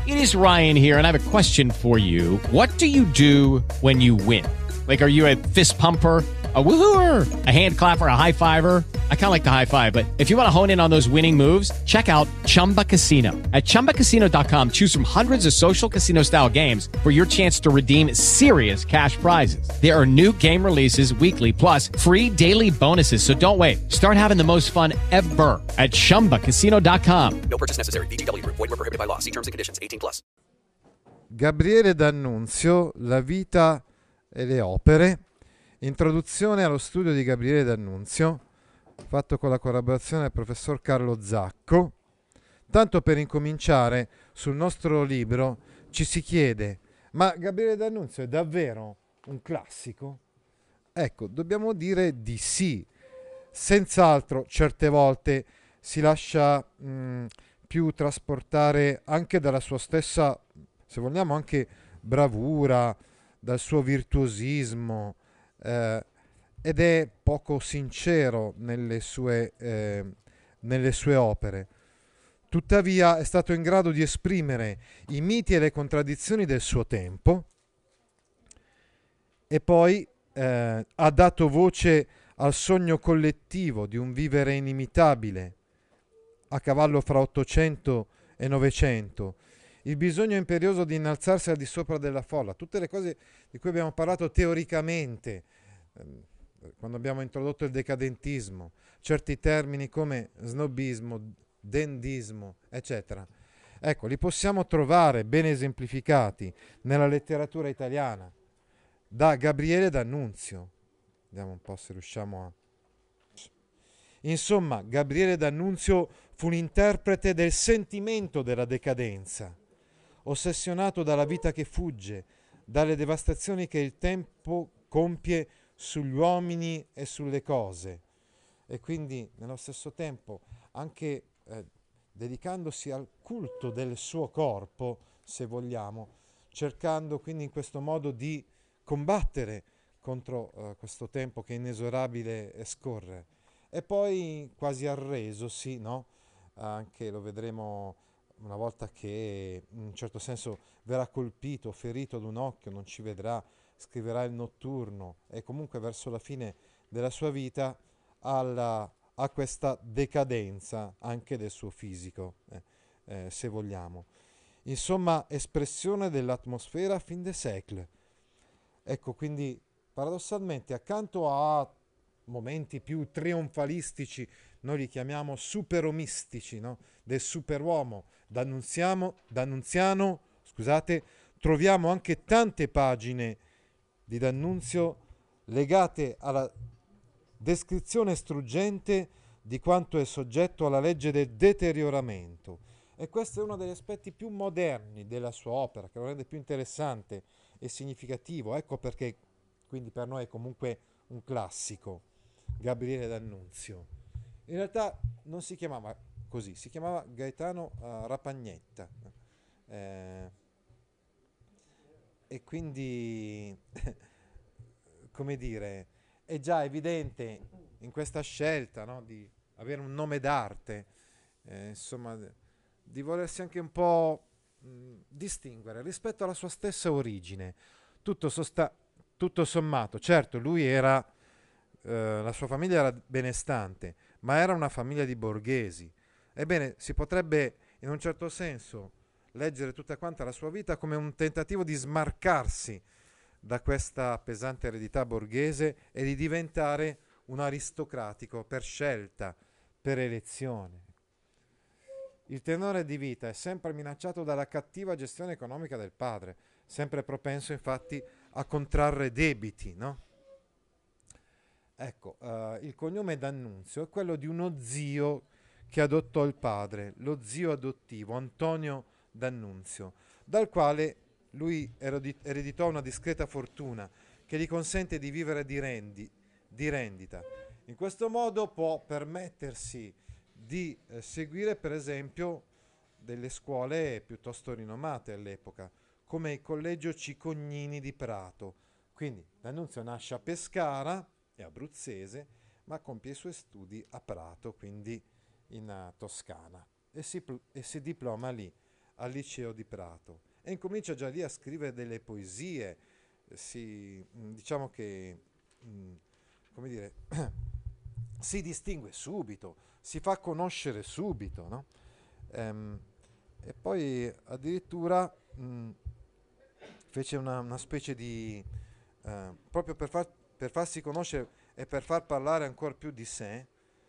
It is Ryan here, and I have a question for you. What do you do when you win? Like, are you a fist pumper, a woohooer, a hand clapper, a high fiver? I kind of like the high five, but if you want to hone in on those winning moves, check out Chumba Casino. At ChumbaCasino.com, choose from hundreds of social casino-style games for your chance to redeem serious cash prizes. There are new game releases weekly, plus free daily bonuses. So don't wait. Start having the most fun ever at ChumbaCasino.com. No purchase necessary. VGW Group. Void where prohibited by law. See terms and conditions. 18+. Gabriele D'Annunzio, La vita e le opere. Introduzione allo studio di Gabriele D'Annunzio, fatto con la collaborazione del professor Carlo Zacco. Tanto per incominciare, sul nostro libro ci si chiede: ma Gabriele D'Annunzio è davvero un classico? Ecco, dobbiamo dire di sì. Senz'altro, certe volte si lascia più trasportare anche dalla sua stessa, se vogliamo, anche bravura, dal suo virtuosismo, ed è poco sincero nelle sue opere. Tuttavia è stato in grado di esprimere i miti e le contraddizioni del suo tempo, e poi ha dato voce al sogno collettivo di un vivere inimitabile a cavallo fra 800 e 900, il bisogno imperioso di innalzarsi al di sopra della folla, tutte le cose di cui abbiamo parlato teoricamente quando abbiamo introdotto il decadentismo, certi termini come snobismo, dendismo, eccetera. Ecco, li possiamo trovare ben esemplificati nella letteratura italiana da Gabriele D'Annunzio. Vediamo un po' se riusciamo a... Insomma, Gabriele D'Annunzio fu l'interprete del sentimento della decadenza, ossessionato dalla vita che fugge, dalle devastazioni che il tempo compie sugli uomini e sulle cose, e quindi nello stesso tempo anche dedicandosi al culto del suo corpo, se vogliamo, cercando quindi in questo modo di combattere contro questo tempo che inesorabile scorre, e poi quasi arresosi, no? Anche lo vedremo una volta che in un certo senso verrà colpito, ferito ad un occhio, non ci vedrà, scriverà il Notturno, e comunque verso la fine della sua vita a questa decadenza anche del suo fisico, se vogliamo. Insomma, espressione dell'atmosfera fin des siècles. Ecco, quindi paradossalmente, accanto a momenti più trionfalistici, noi li chiamiamo superomistici, no? Del superuomo D'Annunziano, scusate, troviamo anche tante pagine di D'Annunzio legate alla descrizione struggente di quanto è soggetto alla legge del deterioramento, e questo è uno degli aspetti più moderni della sua opera, che lo rende più interessante e significativo. Ecco perché quindi per noi è comunque un classico, Gabriele D'Annunzio. In realtà non si chiamava così, si chiamava Gaetano Rapagnetta, e quindi come dire, è già evidente in questa scelta, no, di avere un nome d'arte, insomma, di volersi anche un po' distinguere rispetto alla sua stessa origine. Tutto sommato, certo, lui era, la sua famiglia era benestante, ma era una famiglia di borghesi. Ebbene, si potrebbe in un certo senso leggere tutta quanta la sua vita come un tentativo di smarcarsi da questa pesante eredità borghese e di diventare un aristocratico per scelta, per elezione. Il tenore di vita è sempre minacciato dalla cattiva gestione economica del padre, sempre propenso infatti a contrarre debiti, no? Ecco, il cognome D'Annunzio è quello di uno zio che adottò il padre, lo zio adottivo Antonio D'Annunzio, dal quale lui ereditò una discreta fortuna che gli consente di vivere di rendita. In questo modo può permettersi di seguire per esempio delle scuole piuttosto rinomate all'epoca, come il Collegio Cicognini di Prato. Quindi D'Annunzio nasce a Pescara, è abruzzese, ma compie i suoi studi a Prato, quindi in Toscana, e si diploma lì al liceo di Prato e incomincia già lì a scrivere delle poesie. Diciamo che, come dire, si distingue subito, si fa conoscere subito, no? E poi addirittura fece una specie di, proprio per farsi conoscere e per far parlare ancora più di sé,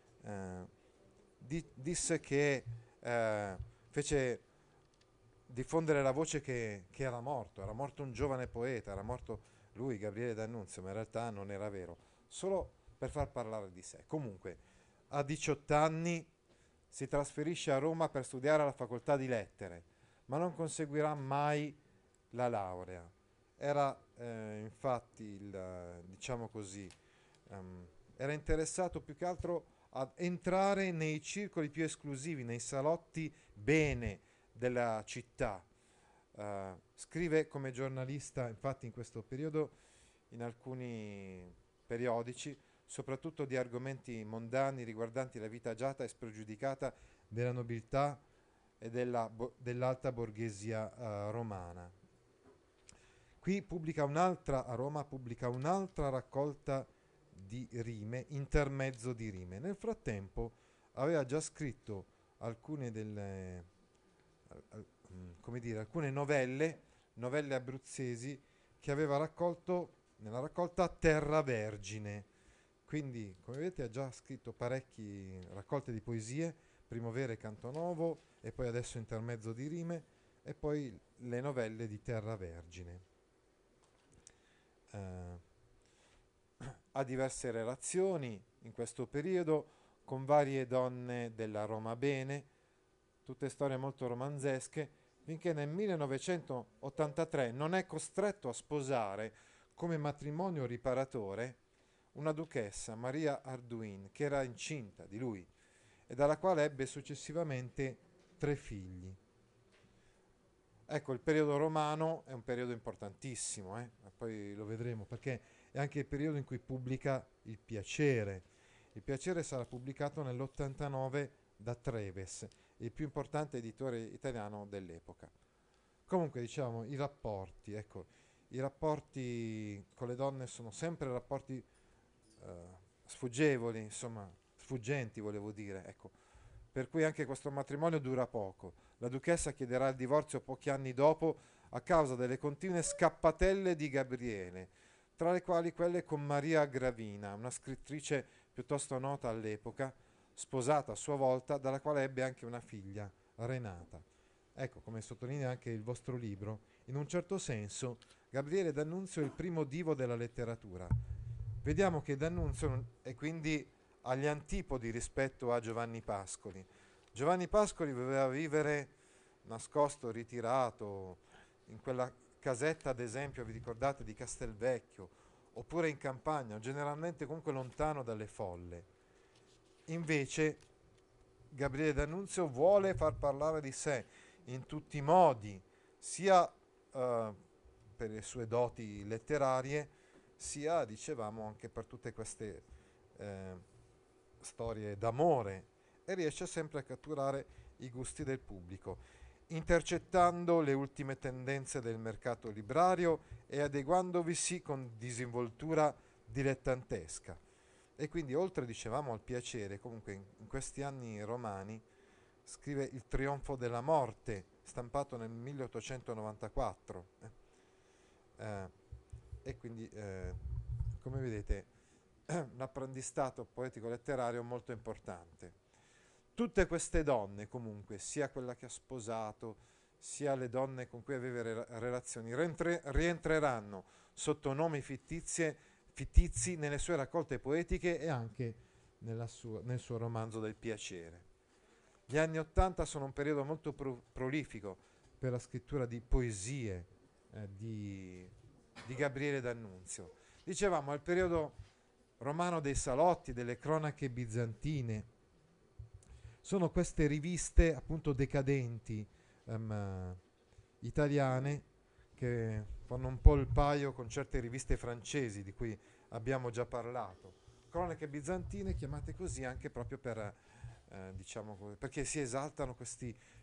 disse che fece diffondere la voce che era morto un giovane poeta, era morto lui, Gabriele D'Annunzio, ma in realtà non era vero, solo per far parlare di sé. Comunque, a 18 anni si trasferisce a Roma per studiare alla facoltà di lettere, ma non conseguirà mai la laurea. Era infatti, diciamo così, era interessato più che altro ad entrare nei circoli più esclusivi, nei salotti bene della città. Scrive come giornalista, infatti, in questo periodo in alcuni periodici, soprattutto di argomenti mondani riguardanti la vita agiata e spregiudicata della nobiltà e dell'alta borghesia romana. Qui a Roma pubblica un'altra raccolta di rime, Intermezzo di rime. Nel frattempo aveva già scritto alcune alcune novelle abruzzesi che aveva raccolto nella raccolta Terra Vergine. Quindi, come vedete, ha già scritto parecchie raccolte di poesie, Primavera e Canto Nuovo, e poi adesso Intermezzo di rime, e poi le novelle di Terra Vergine. Ha diverse relazioni in questo periodo con varie donne della Roma Bene, tutte storie molto romanzesche, finché nel 1983 non è costretto a sposare come matrimonio riparatore una duchessa, Maria Arduin, che era incinta di lui e dalla quale ebbe successivamente 3 figli. Ecco, il periodo romano è un periodo importantissimo, poi lo vedremo, perché è anche il periodo in cui pubblica Il Piacere. Il Piacere sarà pubblicato nell'89 da Treves, il più importante editore italiano dell'epoca. Comunque, diciamo, i rapporti con le donne sono sempre rapporti sfuggevoli, insomma, sfuggenti volevo dire, ecco. Per cui anche questo matrimonio dura poco. La duchessa chiederà il divorzio pochi anni dopo a causa delle continue scappatelle di Gabriele, tra le quali quelle con Maria Gravina, una scrittrice piuttosto nota all'epoca, sposata a sua volta, dalla quale ebbe anche una figlia, Renata. Ecco, come sottolinea anche il vostro libro, in un certo senso Gabriele D'Annunzio è il primo divo della letteratura. Vediamo che D'Annunzio è quindi agli antipodi rispetto a Giovanni Pascoli. Giovanni Pascoli doveva vivere nascosto, ritirato, in quella casetta, ad esempio, vi ricordate, di Castelvecchio, oppure in campagna, generalmente comunque lontano dalle folle. Invece Gabriele D'Annunzio vuole far parlare di sé in tutti i modi, sia per le sue doti letterarie, sia, dicevamo, anche per tutte queste storie d'amore, e riesce sempre a catturare i gusti del pubblico, intercettando le ultime tendenze del mercato librario e adeguandovisi con disinvoltura dilettantesca. E quindi, oltre, dicevamo, al Piacere, comunque in questi anni romani scrive Il Trionfo della morte, stampato nel 1894, e quindi come vedete un apprendistato poetico-letterario molto importante. Tutte queste donne, comunque, sia quella che ha sposato, sia le donne con cui aveva relazioni, rientreranno sotto nomi fittizi nelle sue raccolte poetiche e anche nel suo romanzo del Piacere. Gli anni '80 sono un periodo molto prolifico per la scrittura di poesie di Gabriele D'Annunzio. Dicevamo, è il periodo romano dei salotti, delle cronache bizantine. Sono queste riviste appunto decadenti italiane che fanno un po' il paio con certe riviste francesi di cui abbiamo già parlato. Cronache bizantine chiamate così anche proprio per, diciamo, perché si esaltano questi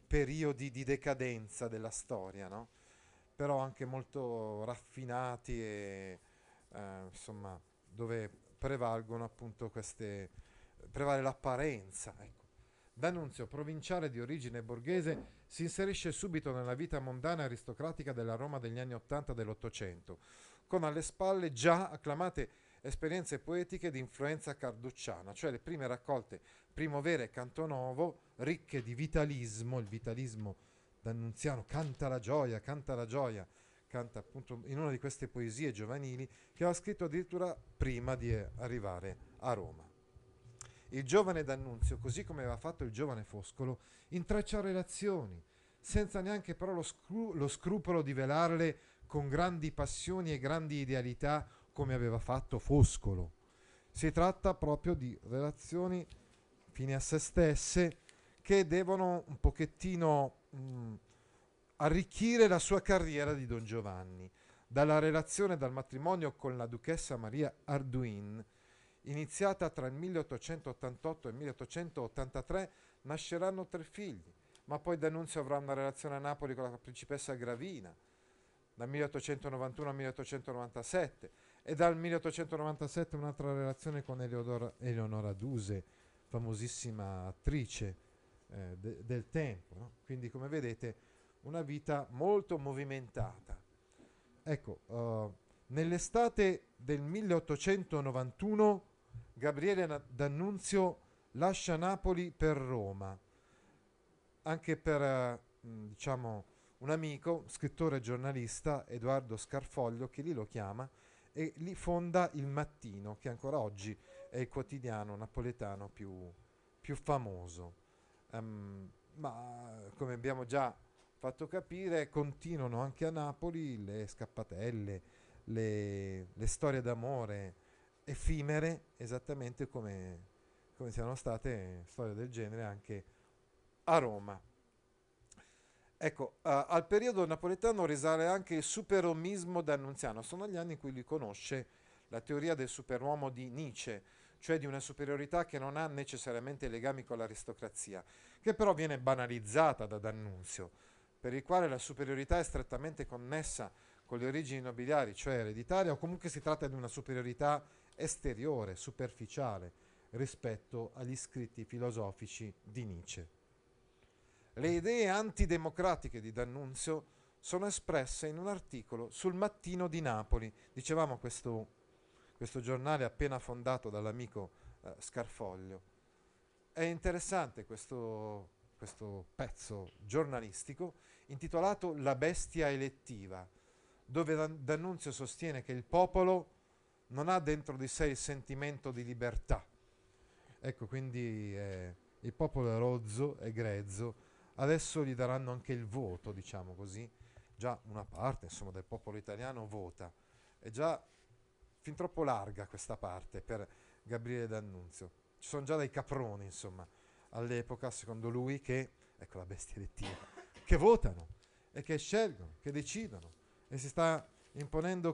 periodi di decadenza della storia, no? Però anche molto raffinati e insomma, dove prevalgono appunto prevale l'apparenza, ecco. D'Annunzio, provinciale di origine borghese, si inserisce subito nella vita mondana e aristocratica della Roma degli anni '80 dell'Ottocento, con alle spalle già acclamate esperienze poetiche di influenza carducciana, cioè le prime raccolte Primavera e Cantonovo, ricche di vitalismo, il vitalismo d'annunziano, canta la gioia, canta appunto in una di queste poesie giovanili che aveva scritto addirittura prima di arrivare a Roma. Il giovane D'Annunzio, così come aveva fatto il giovane Foscolo, intreccia relazioni, senza neanche però lo scrupolo di velarle con grandi passioni e grandi idealità come aveva fatto Foscolo. Si tratta proprio di relazioni fine a se stesse che devono un pochettino arricchire la sua carriera di Don Giovanni. Dalla relazione, dal matrimonio con la duchessa Maria Arduin, iniziata tra il 1888 e il 1883, nasceranno 3 figli, ma poi D'Annunzio avrà una relazione a Napoli con la principessa Gravina, dal 1891 al 1897, e dal 1897 un'altra relazione con Eleonora Duse, famosissima attrice del tempo, no? Quindi, come vedete, una vita molto movimentata. Ecco, nell'estate del 1891 Gabriele D'Annunzio lascia Napoli per Roma, anche per diciamo un amico, scrittore e giornalista, Edoardo Scarfoglio, che lì lo chiama e lì fonda Il Mattino, che ancora oggi è il quotidiano napoletano più famoso. Ma come abbiamo già fatto capire, continuano anche a Napoli le scappatelle, le storie d'amore effimere, esattamente come siano state storie del genere anche a Roma. Ecco, al periodo napoletano risale anche il superomismo d'annunziano. Sono gli anni in cui lui conosce la teoria del superuomo di Nietzsche, cioè di una superiorità che non ha necessariamente legami con l'aristocrazia, che però viene banalizzata da D'Annunzio, per il quale la superiorità è strettamente connessa con le origini nobiliari, cioè ereditaria, o comunque si tratta di una superiorità esteriore, superficiale, rispetto agli scritti filosofici di Nietzsche. Le idee antidemocratiche di D'Annunzio sono espresse in un articolo sul Mattino di Napoli. Dicevamo questo giornale appena fondato dall'amico Scarfoglio. È interessante questo pezzo giornalistico intitolato La bestia elettiva, dove D'Annunzio sostiene che il popolo non ha dentro di sé il sentimento di libertà. Ecco, quindi il popolo è rozzo, è grezzo, adesso gli daranno anche il voto, diciamo così. Già una parte, insomma, del popolo italiano vota. È già fin troppo larga questa parte per Gabriele D'Annunzio. Ci sono già dei caproni, insomma, all'epoca, secondo lui, che, ecco la bestia elettiva, che votano e che scelgono, che decidono. E si sta imponendo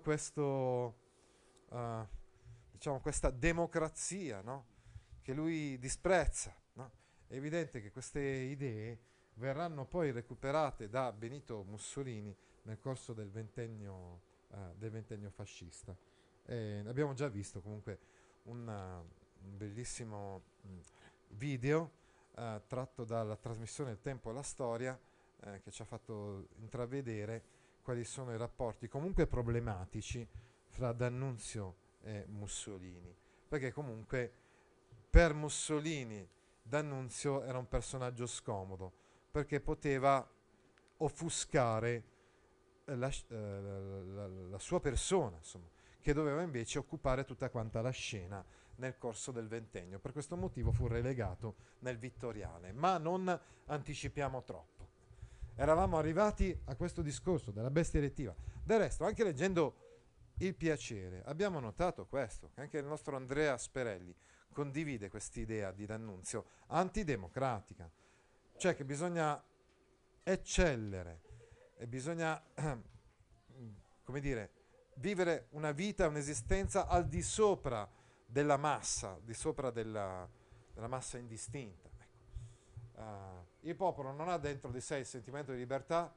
diciamo, questa democrazia, no? Che lui disprezza, no? È evidente che queste idee verranno poi recuperate da Benito Mussolini nel corso del ventennio fascista. Abbiamo già visto comunque un bellissimo video tratto dalla trasmissione Il Tempo e la Storia che ci ha fatto intravedere quali sono i rapporti comunque problematici fra D'Annunzio e Mussolini, perché comunque per Mussolini D'Annunzio era un personaggio scomodo, perché poteva offuscare la sua persona, insomma, che doveva invece occupare tutta quanta la scena nel corso del ventennio. Per questo motivo fu relegato nel vittoriale, ma non anticipiamo troppo. Eravamo arrivati a questo discorso della bestia elettiva. Del resto, anche leggendo Il Piacere, abbiamo notato questo, che anche il nostro Andrea Sperelli condivide quest'idea di D'Annunzio antidemocratica, cioè che bisogna eccellere e bisogna, come dire, vivere una vita, un'esistenza al di sopra della massa, di sopra della massa indistinta. Ecco. il popolo non ha dentro di sé il sentimento di libertà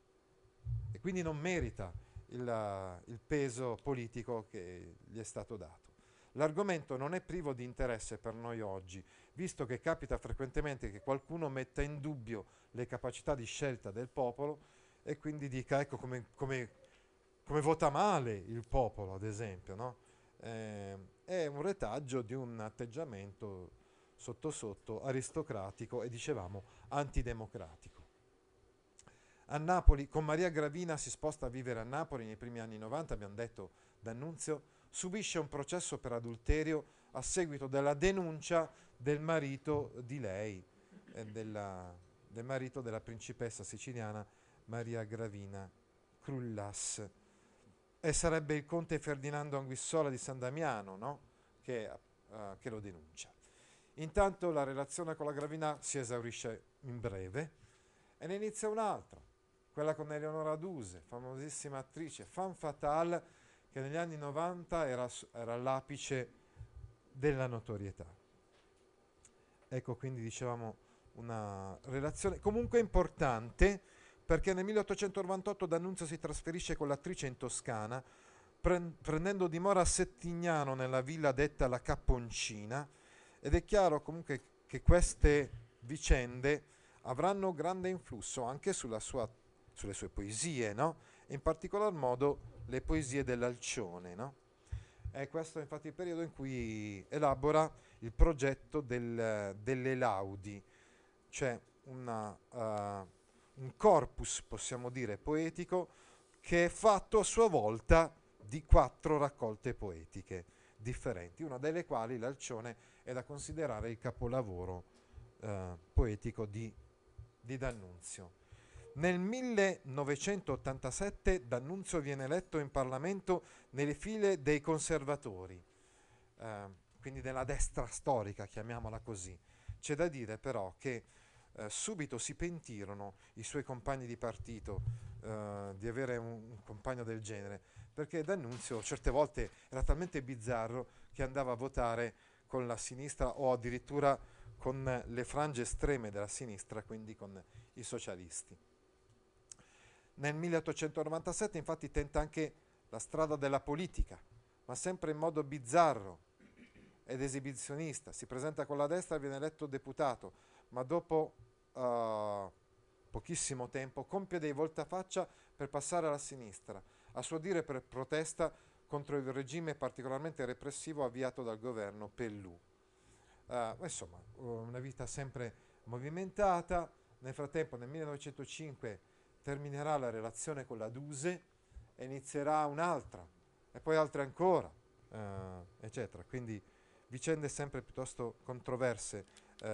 e quindi non merita il peso politico che gli è stato dato. L'argomento non è privo di interesse per noi oggi, visto che capita frequentemente che qualcuno metta in dubbio le capacità di scelta del popolo e quindi dica ecco come vota male il popolo, ad esempio, no? È un retaggio di un atteggiamento sotto sotto aristocratico e dicevamo antidemocratico. A Napoli, con Maria Gravina si sposta a vivere a Napoli nei primi anni 90, abbiamo detto D'Annunzio, subisce un processo per adulterio a seguito della denuncia del marito di lei, del marito della principessa siciliana Maria Gravina Crullas. E sarebbe il conte Ferdinando Anguissola di San Damiano, no? che lo denuncia. Intanto la relazione con la Gravina si esaurisce in breve e ne inizia un'altra, quella con Eleonora Duse, famosissima attrice, femme fatale, che negli anni 90 era all'apice della notorietà. Ecco, quindi dicevamo una relazione comunque importante, perché nel 1898 D'Annunzio si trasferisce con l'attrice in Toscana, prendendo dimora a Settignano nella villa detta la Capponcina, ed è chiaro comunque che queste vicende avranno grande influsso anche sulle sue poesie, no? E in particolar modo le poesie dell'Alcione, no? È questo infatti il periodo in cui elabora il progetto delle laudi, cioè un corpus, possiamo dire, poetico, che è fatto a sua volta di 4 raccolte poetiche differenti, una delle quali, l'Alcione, è da considerare il capolavoro poetico di D'Annunzio. Nel 1987 D'Annunzio viene eletto in Parlamento nelle file dei conservatori, quindi della destra storica, chiamiamola così. C'è da dire però che subito si pentirono i suoi compagni di partito di avere un compagno del genere, perché D'Annunzio certe volte era talmente bizzarro che andava a votare con la sinistra o addirittura con le frange estreme della sinistra, quindi con i socialisti. Nel 1897 infatti tenta anche la strada della politica, ma sempre in modo bizzarro ed esibizionista. Si presenta con la destra e viene eletto deputato, ma dopo pochissimo tempo compie dei voltafaccia per passare alla sinistra, a suo dire per protesta contro il regime particolarmente repressivo avviato dal governo Pelù. Insomma, una vita sempre movimentata. Nel frattempo, nel 1905 terminerà la relazione con la Duse e inizierà un'altra, e poi altre ancora, eccetera. Quindi vicende sempre piuttosto controverse,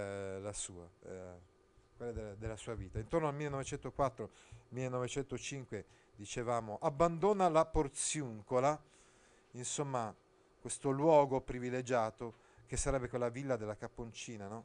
quelle della sua vita. Intorno al 1904-1905, dicevamo, abbandona la Porziuncola, insomma, questo luogo privilegiato che sarebbe quella villa della Capponcina, no?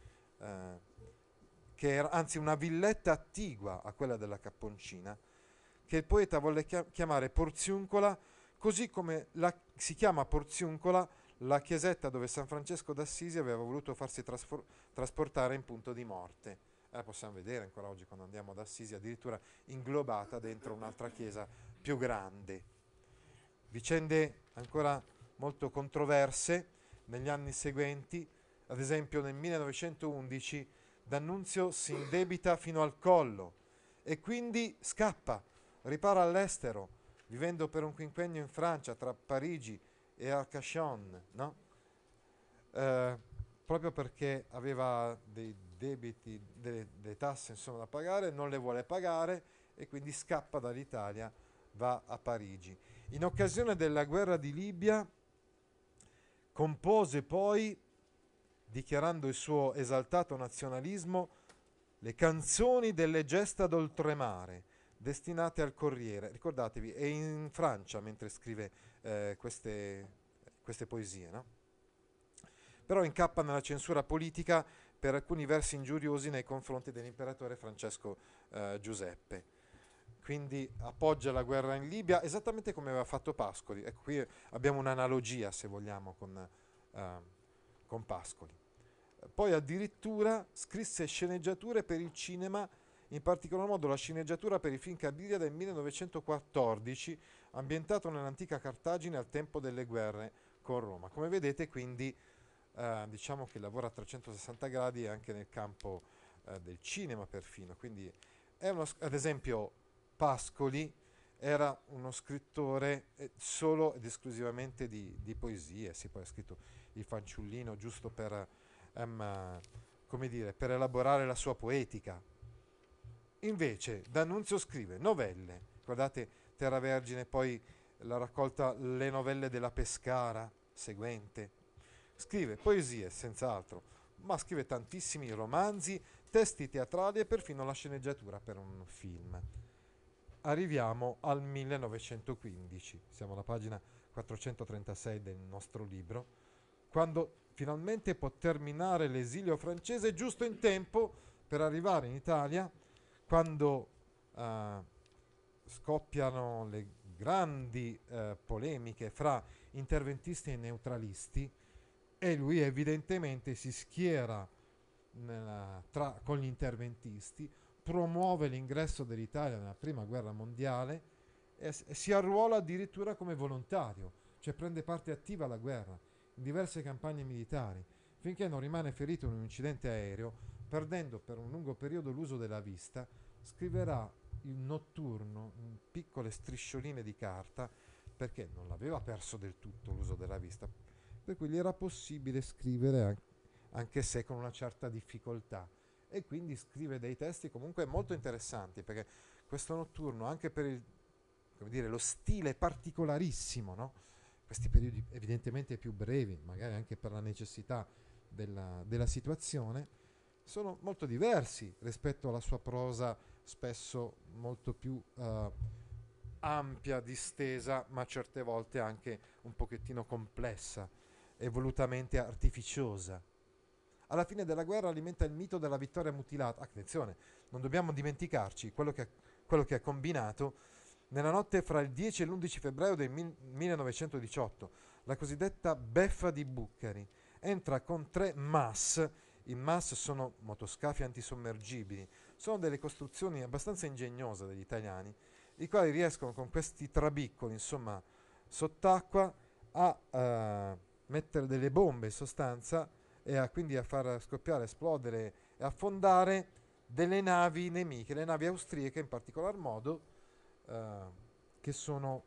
Che era anzi una villetta attigua a quella della Capponcina, che il poeta volle chiamare Porziuncola, così come si chiama Porziuncola la chiesetta dove San Francesco d'Assisi aveva voluto farsi trasportare in punto di morte. Possiamo vedere ancora oggi, quando andiamo ad Assisi, addirittura inglobata dentro un'altra chiesa più grande. Vicende ancora molto controverse negli anni seguenti. Ad esempio nel 1911 D'Annunzio si indebita fino al collo e quindi scappa, ripara all'estero, vivendo per un quinquennio in Francia, tra Parigi e Arcachon, no? Proprio perché aveva dei debiti, delle tasse insomma da pagare, non le vuole pagare e quindi scappa dall'Italia, va a Parigi. In occasione della guerra di Libia compose poi, dichiarando il suo esaltato nazionalismo, le canzoni delle gesta d'oltremare, destinate al Corriere. Ricordatevi, è in Francia mentre scrive queste poesie, no? Però incappa nella censura politica per alcuni versi ingiuriosi nei confronti dell'imperatore Francesco Giuseppe. Quindi appoggia la guerra in Libia esattamente come aveva fatto Pascoli. Ecco, qui abbiamo un'analogia, se vogliamo, con Pascoli. Poi addirittura scrisse sceneggiature per il cinema, in particolar modo la sceneggiatura per il film Cabiria del 1914, ambientato nell'antica Cartagine al tempo delle guerre con Roma. Come vedete, quindi, diciamo che lavora a 360 gradi anche nel campo del cinema perfino. Quindi ad esempio Pascoli era uno scrittore solo ed esclusivamente di poesie. Si poi ha scritto Il fanciullino giusto per, come dire, per elaborare la sua poetica. Invece D'Annunzio scrive novelle, guardate Terra Vergine, poi la raccolta Le novelle della Pescara, seguente. Scrive poesie, senz'altro, ma scrive tantissimi romanzi, testi teatrali e perfino la sceneggiatura per un film. Arriviamo al 1915, siamo alla pagina 436 del nostro libro, quando finalmente può terminare l'esilio francese giusto in tempo per arrivare in Italia, quando scoppiano le grandi polemiche fra interventisti e neutralisti, e lui evidentemente si schiera con gli interventisti, promuove l'ingresso dell'Italia nella prima guerra mondiale e si arruola addirittura come volontario, cioè prende parte attiva alla guerra in diverse campagne militari, finché non rimane ferito in un incidente aereo, perdendo per un lungo periodo l'uso della vista. Scriverà il Notturno in piccole striscioline di carta, perché non l'aveva perso del tutto l'uso della vista, per cui gli era possibile scrivere anche se con una certa difficoltà, e quindi scrive dei testi comunque molto interessanti, perché questo Notturno, anche per il, come dire, lo stile particolarissimo, no? Questi periodi evidentemente più brevi, magari anche per la necessità della situazione, sono molto diversi rispetto alla sua prosa spesso molto più ampia, distesa, ma certe volte anche un pochettino complessa e volutamente artificiosa. Alla fine della guerra alimenta il mito della vittoria mutilata. Attenzione, non dobbiamo dimenticarci quello che ha combinato nella notte fra il 10 e l'11 febbraio del 1918, la cosiddetta beffa di Buccheri. Entra con 3 MAS. I MAS sono motoscafi antisommergibili, sono delle costruzioni abbastanza ingegnose degli italiani, i quali riescono con questi trabiccoli, insomma, sott'acqua a mettere delle bombe in sostanza e quindi a far scoppiare, esplodere e affondare delle navi nemiche, le navi austriache in particolar modo, che sono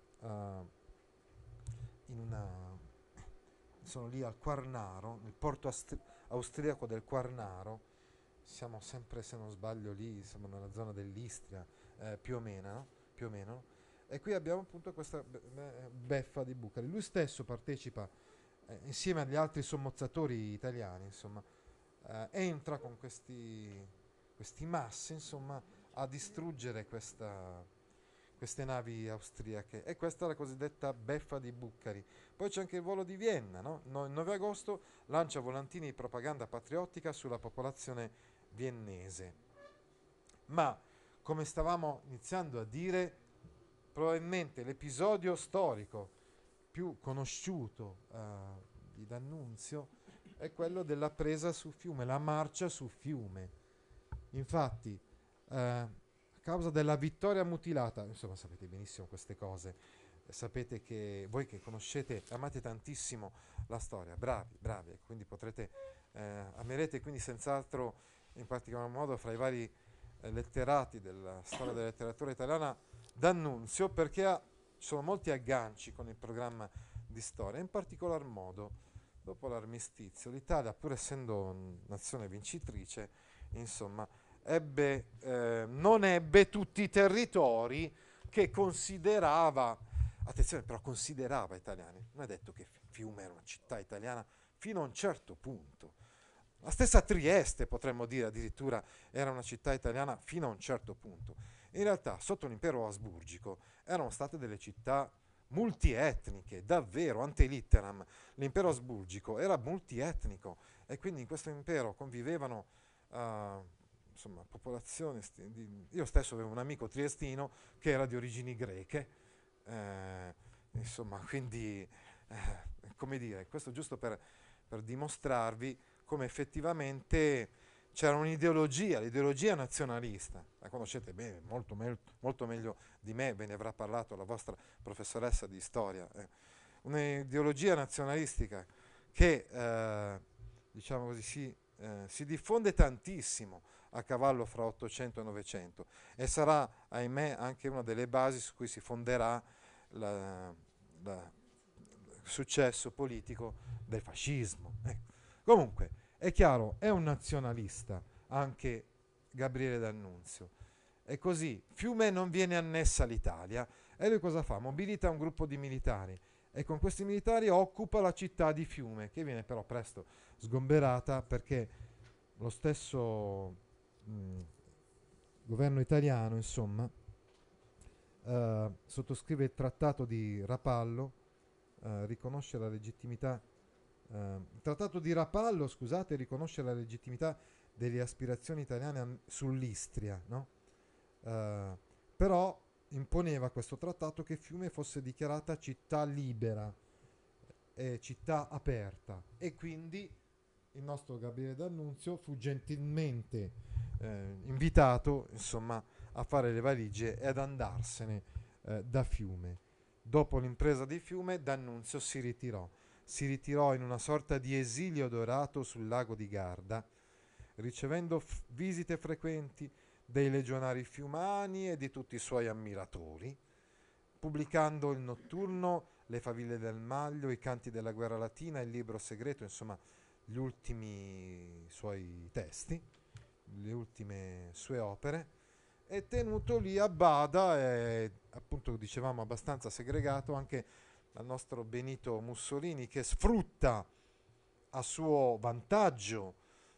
sono lì al Quarnaro, nel porto austriaco del Quarnaro. Siamo sempre, se non sbaglio, lì, siamo nella zona dell'Istria, più o meno, no? Più o meno. E qui abbiamo appunto questa beffa di Bucari. Lui stesso partecipa, insieme agli altri sommozzatori italiani, insomma, entra con questi massi, insomma, a distruggere queste navi austriache, e questa è la cosiddetta beffa di Bucari. Poi c'è anche il volo di Vienna, no? Il 9 agosto lancia volantini di propaganda patriottica sulla popolazione viennese. Ma, come stavamo iniziando a dire, probabilmente l'episodio storico più conosciuto di D'Annunzio è quello della presa su Fiume, la marcia su Fiume. Infatti, a causa della vittoria mutilata, insomma, sapete benissimo queste cose, sapete che voi che conoscete, amate tantissimo la storia, bravi, quindi amerete quindi senz'altro, in particolar modo fra i vari letterati della storia della letteratura italiana, D'Annunzio, perché ci sono molti agganci con il programma di storia. In particolar modo, dopo l'armistizio, l'Italia, pur essendo nazione vincitrice, insomma, non ebbe tutti i territori che considerava, attenzione, però considerava italiani. Non è detto che Fiume era una città italiana fino a un certo punto. La stessa Trieste, potremmo dire, addirittura era una città italiana fino a un certo punto. In realtà, sotto l'impero asburgico, erano state delle città multietniche, davvero, ante litteram. L'impero asburgico era multietnico, e quindi in questo impero convivevano insomma, popolazioni. Io stesso avevo un amico triestino che era di origini greche, insomma, quindi, come dire, questo giusto per dimostrarvi come effettivamente c'era un'ideologia, l'ideologia nazionalista, la conoscete bene, molto meglio di me, ve ne avrà parlato la vostra professoressa di storia, un'ideologia nazionalistica che diciamo così si diffonde tantissimo a cavallo fra 800 e 900 e sarà, ahimè, anche una delle basi su cui si fonderà il successo politico del fascismo. Comunque, è chiaro, è un nazionalista anche Gabriele D'Annunzio. E così Fiume non viene annessa all'Italia e lui cosa fa? Mobilita un gruppo di militari e con questi militari occupa la città di Fiume, che viene però presto sgomberata perché lo stesso governo italiano, insomma, sottoscrive il trattato di Rapallo, riconosce la legittimità. Il trattato di Rapallo, scusate, riconosce la legittimità delle aspirazioni italiane sull'Istria, no? Però imponeva questo trattato che Fiume fosse dichiarata città libera, città aperta, e quindi il nostro Gabriele D'Annunzio fu gentilmente invitato, insomma, a fare le valigie e ad andarsene da Fiume. Dopo l'impresa di Fiume, D'Annunzio si ritirò in una sorta di esilio dorato sul lago di Garda, ricevendo visite frequenti dei legionari fiumani e di tutti i suoi ammiratori, pubblicando il Notturno, le Faville del Maglio, i Canti della Guerra Latina, il Libro Segreto, insomma gli ultimi suoi testi, le ultime sue opere, e tenuto lì a bada e appunto dicevamo abbastanza segregato anche dal nostro Benito Mussolini, che sfrutta a suo vantaggio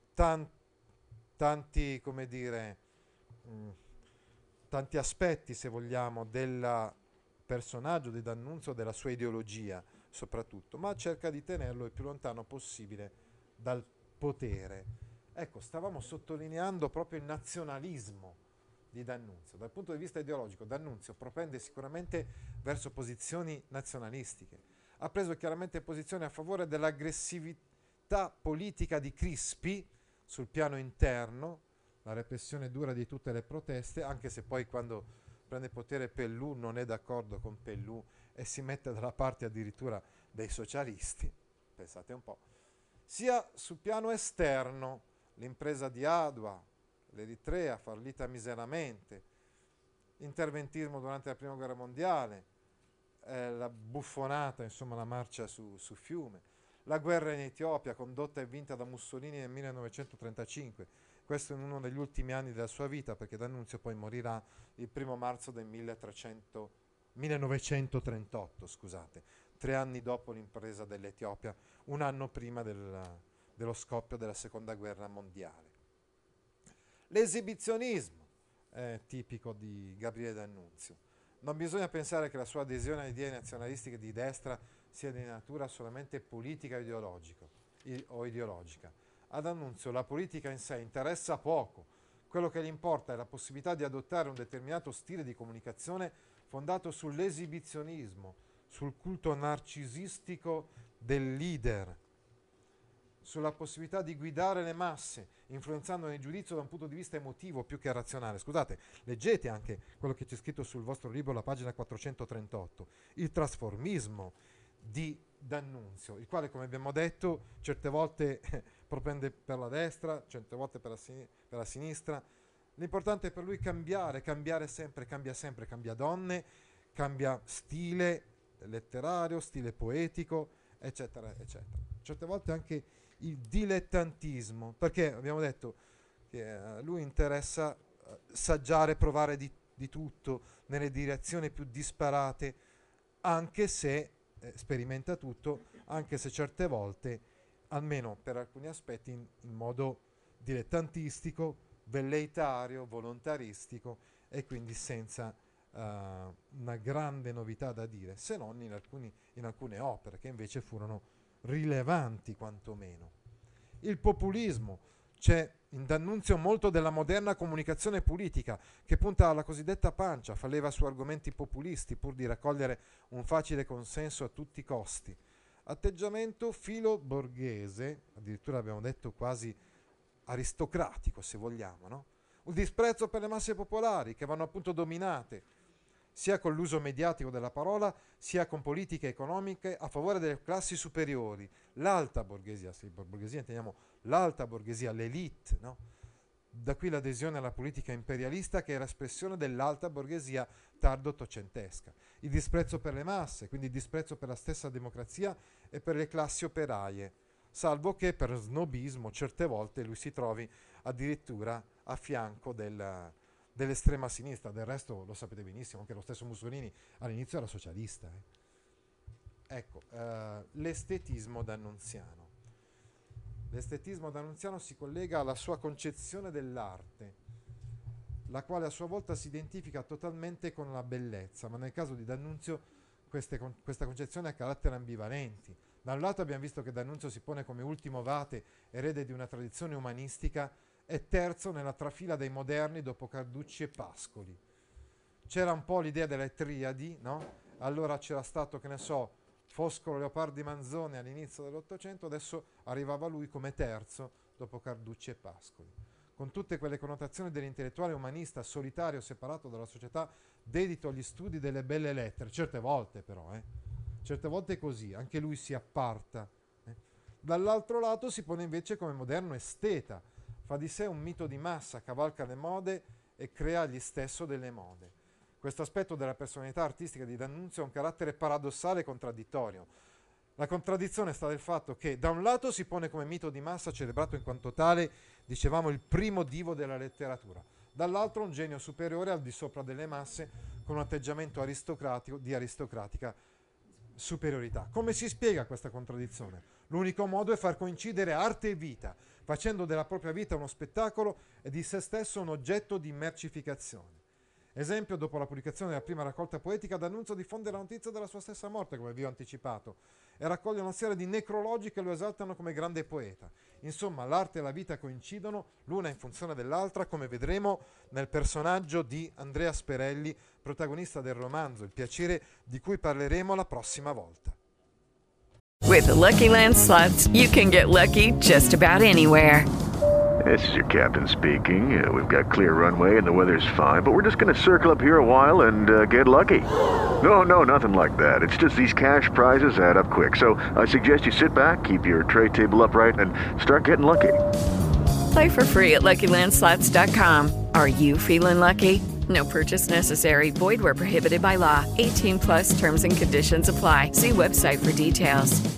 tanti, come dire, tanti aspetti, se vogliamo, del personaggio di D'Annunzio, della sua ideologia soprattutto, ma cerca di tenerlo il più lontano possibile dal potere. Ecco, stavamo sottolineando proprio il nazionalismo di D'Annunzio. Dal punto di vista ideologico, D'Annunzio propende sicuramente verso posizioni nazionalistiche. Ha preso chiaramente posizione a favore dell'aggressività politica di Crispi sul piano interno, la repressione dura di tutte le proteste, anche se poi quando prende potere Pellù non è d'accordo con Pellù e si mette dalla parte addirittura dei socialisti, pensate un po', sia sul piano esterno, l'impresa di Adua, l'Eritrea fallita miseramente, interventismo durante la Prima Guerra Mondiale, la buffonata, insomma, la marcia su Fiume, la guerra in Etiopia condotta e vinta da Mussolini nel 1935, questo in uno degli ultimi anni della sua vita, perché D'Annunzio poi morirà il 1° marzo del 1938, scusate, 3 anni dopo l'impresa dell'Etiopia, un anno prima dello scoppio della Seconda Guerra Mondiale. L'esibizionismo è tipico di Gabriele D'Annunzio. Non bisogna pensare che la sua adesione alle idee nazionalistiche di destra sia di natura solamente politica o ideologica. A D'Annunzio la politica in sé interessa poco. Quello che gli importa è la possibilità di adottare un determinato stile di comunicazione fondato sull'esibizionismo, sul culto narcisistico del leader, sulla possibilità di guidare le masse, influenzando il giudizio da un punto di vista emotivo più che razionale. Scusate, leggete anche quello che c'è scritto sul vostro libro, la pagina 438, il trasformismo di D'Annunzio, il quale, come abbiamo detto, certe volte propende per la destra, certe volte per la sinistra. L'importante è per lui cambiare sempre, cambia donne, cambia stile letterario, stile poetico, eccetera, eccetera. Certe volte anche il dilettantismo, perché abbiamo detto che a lui interessa saggiare, provare di tutto nelle direzioni più disparate, anche se sperimenta tutto, anche se certe volte, almeno per alcuni aspetti, in modo dilettantistico, velleitario, volontaristico e quindi senza una grande novità da dire, se non in alcune opere che invece furono rilevanti quantomeno. Il populismo, c'è in D'Annunzio molto della moderna comunicazione politica che punta alla cosiddetta pancia, fa leva su argomenti populisti pur di raccogliere un facile consenso a tutti i costi. Atteggiamento filo borghese, addirittura abbiamo detto quasi aristocratico se vogliamo, no? Un disprezzo per le masse popolari che vanno appunto dominate sia con l'uso mediatico della parola sia con politiche economiche a favore delle classi superiori, l'alta borghesia, se borghesia intendiamo l'alta borghesia, l'elite, no? Da qui l'adesione alla politica imperialista che era espressione dell'alta borghesia tardo-ottocentesca. Il disprezzo per le masse, quindi il disprezzo per la stessa democrazia e per le classi operaie, salvo che per snobismo certe volte lui si trovi addirittura a fianco dell'estrema sinistra. Del resto lo sapete benissimo, anche lo stesso Mussolini all'inizio era socialista. Ecco, l'estetismo d'Annunziano. L'estetismo d'Annunziano si collega alla sua concezione dell'arte, la quale a sua volta si identifica totalmente con la bellezza, ma nel caso di D'Annunzio questa concezione ha caratteri ambivalenti. Da un lato abbiamo visto che D'Annunzio si pone come ultimo vate, erede di una tradizione umanistica, e terzo nella trafila dei moderni dopo Carducci e Pascoli. C'era un po' l'idea delle triadi, no? Allora c'era stato, che ne so, Foscolo, Leopardi, Manzoni all'inizio dell'Ottocento, adesso arrivava lui come terzo dopo Carducci e Pascoli, con tutte quelle connotazioni dell'intellettuale umanista solitario, separato dalla società, dedito agli studi delle belle lettere, certe volte però, certe volte è così, anche lui si apparta. Dall'altro lato si pone invece come moderno esteta, fa di sé un mito di massa, cavalca le mode e crea gli stesso delle mode. Questo aspetto della personalità artistica di D'Annunzio ha un carattere paradossale e contraddittorio. La contraddizione sta nel fatto che da un lato si pone come mito di massa, celebrato in quanto tale, dicevamo, il primo divo della letteratura, dall'altro un genio superiore al di sopra delle masse con un atteggiamento aristocratico di aristocratica superiorità. Come si spiega questa contraddizione? L'unico modo è far coincidere arte e vita, facendo della propria vita uno spettacolo e di se stesso un oggetto di mercificazione. Esempio, dopo la pubblicazione della prima raccolta poetica, D'Annunzio diffonde la notizia della sua stessa morte, come vi ho anticipato, e raccoglie una serie di necrologi che lo esaltano come grande poeta. Insomma, l'arte e la vita coincidono, l'una in funzione dell'altra, come vedremo nel personaggio di Andrea Sperelli, protagonista del romanzo Il piacere, di cui parleremo la prossima volta. With the Lucky Land Slots, you can get lucky just about anywhere. This is your captain speaking. We've got clear runway and the weather's fine, but we're just going to circle up here a while and get lucky. No, nothing like that. It's just these cash prizes add up quick. So I suggest you sit back, keep your tray table upright, and start getting lucky. Play for free at LuckyLandSlots.com. Are you feeling lucky? No purchase necessary. Void where prohibited by law. 18+ terms and conditions apply. See website for details.